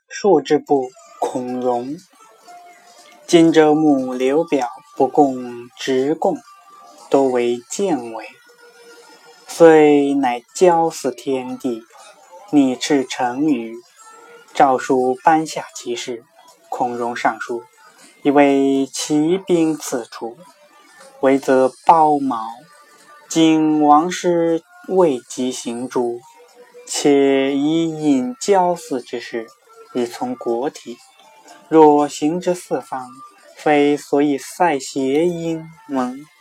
数之部孔融。今者母刘表不共直贡，多为见伪，遂乃骄死天地，逆斥成语。诏书颁下其事，孔融上书，以为骑兵四处，违则包毛。今王师未及行诛，且以引骄肆之事，以从国体。若行之四方，非所以塞谐因蒙。